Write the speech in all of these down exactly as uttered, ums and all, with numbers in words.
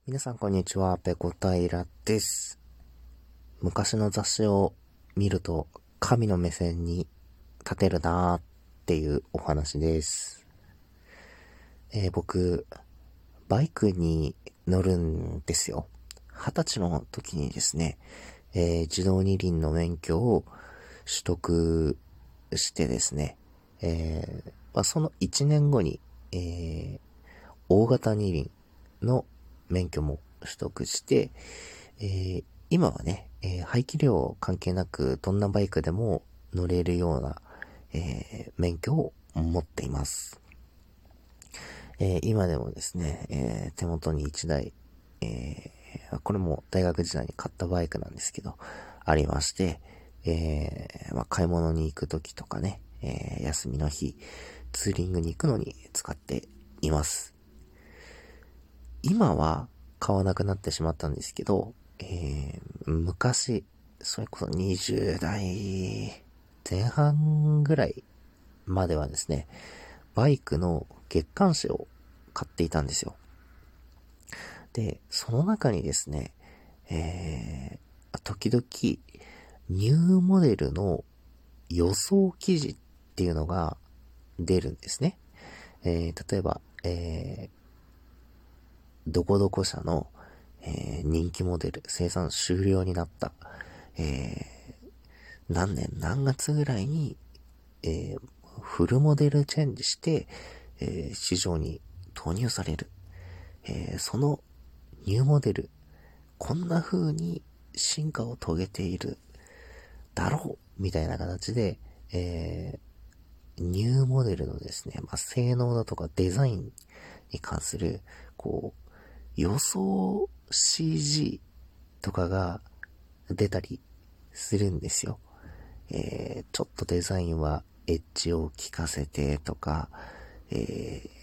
皆さんこんにちは、ペコ平です。昔の雑誌を見ると神の目線に立てるなーっていうお話です。えー、僕、バイクに乗るんですよ。二十歳の時にですね、えー、自動二輪の免許を取得してですね、えーまあ、そのいちねんごに、えー、大型二輪の免許も取得して、えー、今はね、えー、排気量関係なくどんなバイクでも乗れるような、えー、免許を持っています。えー、今でもですね、えー、手元にいちだい、えー、これも大学時代に買ったバイクなんですけど、ありまして、えーまあ、買い物に行くときとかね、えー、休みの日、ツーリングに行くのに使っています。今は買わなくなってしまったんですけど、えー、昔、それこそにじゅう代前半ぐらいまではですね、バイクの月刊誌を買っていたんですよ。で、その中にですね、えー、時々ニューモデルの予想記事っていうのが出るんですね。えー、例えば、えー、どこどこ社の、えー、人気モデル生産終了になった、えー、何年何月ぐらいに、えー、フルモデルチェンジして、えー、市場に投入される、えー、そのニューモデルこんな風に進化を遂げているだろうみたいな形で、えー、ニューモデルのですね、まあ、性能だとかデザインに関するこう予想 シージー とかが出たりするんですよ。えー、ちょっとデザインはエッジを効かせてとか、えー、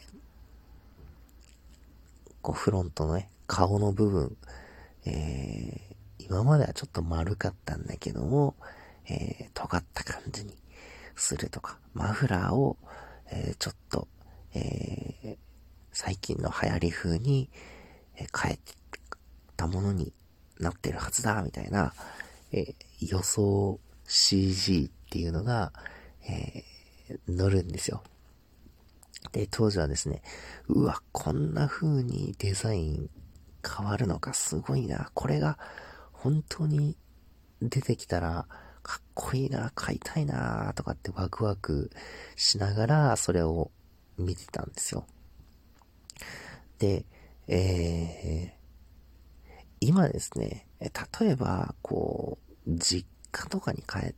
こうフロントのね、顔の部分、えー、今まではちょっと丸かったんだけども、えー、尖った感じにするとか、マフラーを、えー、ちょっと、えー、最近の流行り風に変えたものになってるはずだみたいな、えー、予想 シージー っていうのが、えー、載るんですよ。で、当時はですね、うわ、こんな風にデザイン変わるのかすごいな。これが本当に出てきたらかっこいいな、買いたいなとかってワクワクしながらそれを見てたんですよ。で、えー、今ですね、例えば、こう、実家とかに帰って、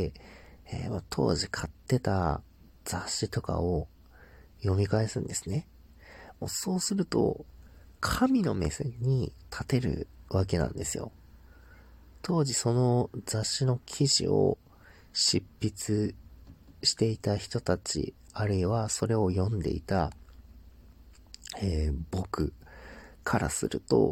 えー、当時買ってた雑誌とかを読み返すんですね。もうそうすると、神の目線に立てるわけなんですよ。当時その雑誌の記事を執筆していた人たち、あるいはそれを読んでいた、えー、僕からすると、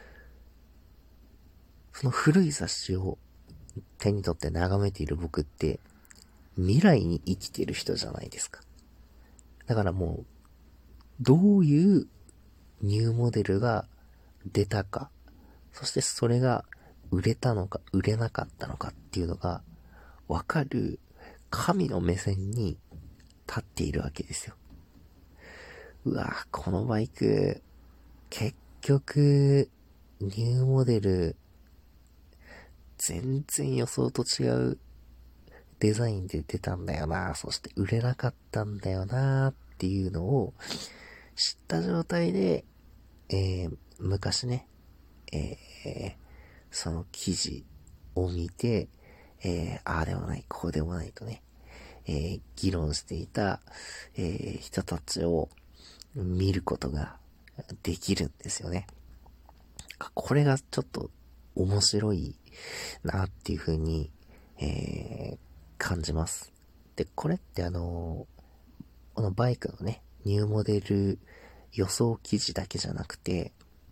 その古い雑誌を手に取って眺めている僕って未来に生きている人じゃないですか。だからもうどういうニューモデルが出たか、そしてそれが売れたのか売れなかったのかっていうのがわかる神の目線に立っているわけですよ。うわぁ、このバイク結局ニューモデル全然予想と違うデザインで出たんだよな、そして売れなかったんだよなっていうのを知った状態で、えー、昔ね、えー、その記事を見て、えー、ああでもない、こうでもないとね、えー、議論していた、えー、人たちを見ることができるんですよね。これがちょっと面白いなっていう風に、えー、感じます。で、これってあのー、このバイクのね、ニューモデル予想記事だけじゃなくて、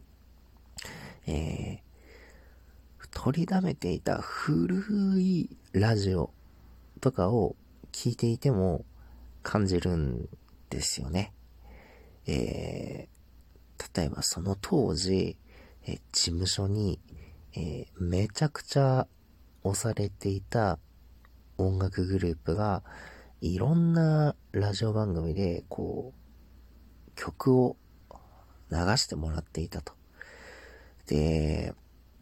えー、取りだめていた古いラジオとかを聞いていても感じるんですよね。えー、例えばその当時、 え事務所に、えーめちゃくちゃ押されていた音楽グループが、いろんなラジオ番組で、こう、曲を流してもらっていたと。で、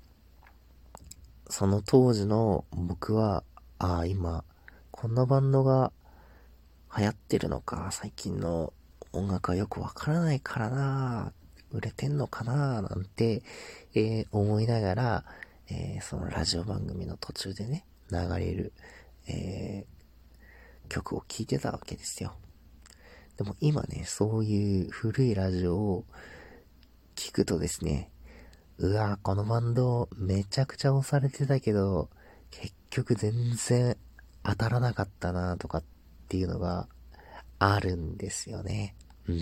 その当時の僕は、ああ、今、こんなバンドが流行ってるのか、最近の音楽はよくわからないからな、売れてんのかな、なんて、えー思いながら、えーそのラジオ番組の途中でね、流れる、えー曲を聴いてたわけですよ。でも今ね、そういう古いラジオを聞くとですね、うわこのバンドめちゃくちゃ押されてたけど、結局全然当たらなかったなとかっていうのがあるんですよね。うん。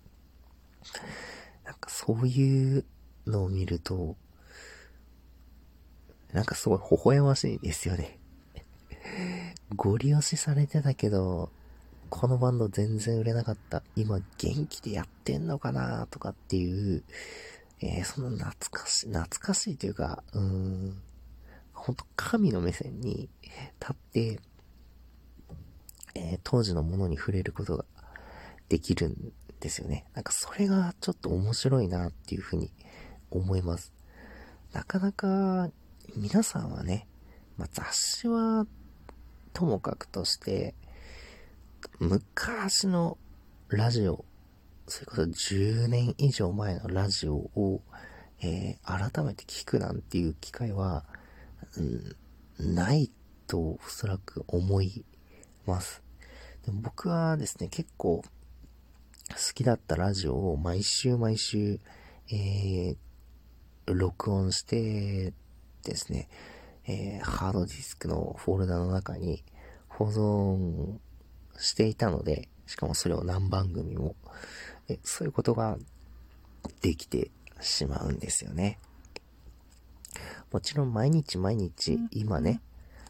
なんかそういうのを見ると、なんかすごい微笑ましいんですよね。ご利用しされてたけど、このバンド全然売れなかった。今元気でやってんのかなとかっていう、えー、その懐かしい、懐かしいというか、うーん、ほんと神の目線に立って、えー当時のものに触れることができるんですよね。なんかそれがちょっと面白いなっていうふうに思います。なかなか皆さんはね、まあ、雑誌はともかくとして、昔のラジオ、それこそじゅうねん以上前のラジオを、えー改めて聞くなんていう機会は、うん、ないとおそらく思います。でも僕はですね、結構好きだったラジオを毎週毎週、えー録音してですね、えーハードディスクのフォルダの中に保存していたので、しかもそれを何番組も、えそういうことができてしまうんですよね。もちろん毎日毎日今ね、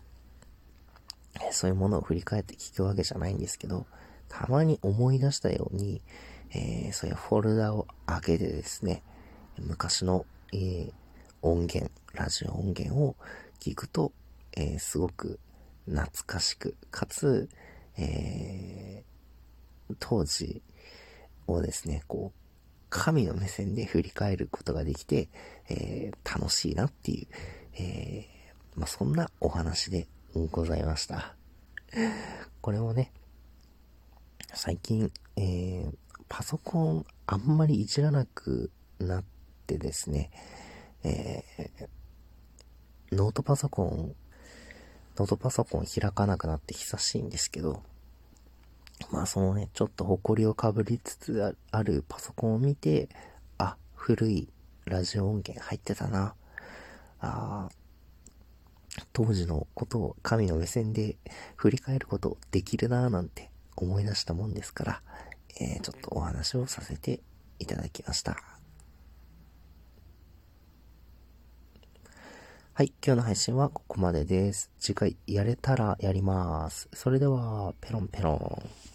そういうものを振り返って聞くわけじゃないんですけど、たまに思い出したように、えーそういうフォルダを開けてですね、昔の、えー音源、ラジオ音源を聞くと、えーすごく懐かしく、かつ、えー当時をですね、こう、神の目線で振り返ることができて、えー楽しいなっていう、えーまあ、そんなお話でございました。これもね、最近、えーパソコンあんまりいじらなくなってですね、えーノートパソコン、ノートパソコン開かなくなって久しいんですけど、まあそのね、ちょっと埃をかぶりつつあるパソコンを見て、あ、古いラジオ音源入ってたな。あ当時のことを神の目線で振り返ることできるなぁなんて思い出したもんですから、えー、ちょっとお話をさせていただきました。はい、今日の配信はここまでです。次回やれたらやります。それでは、ペロンペロン。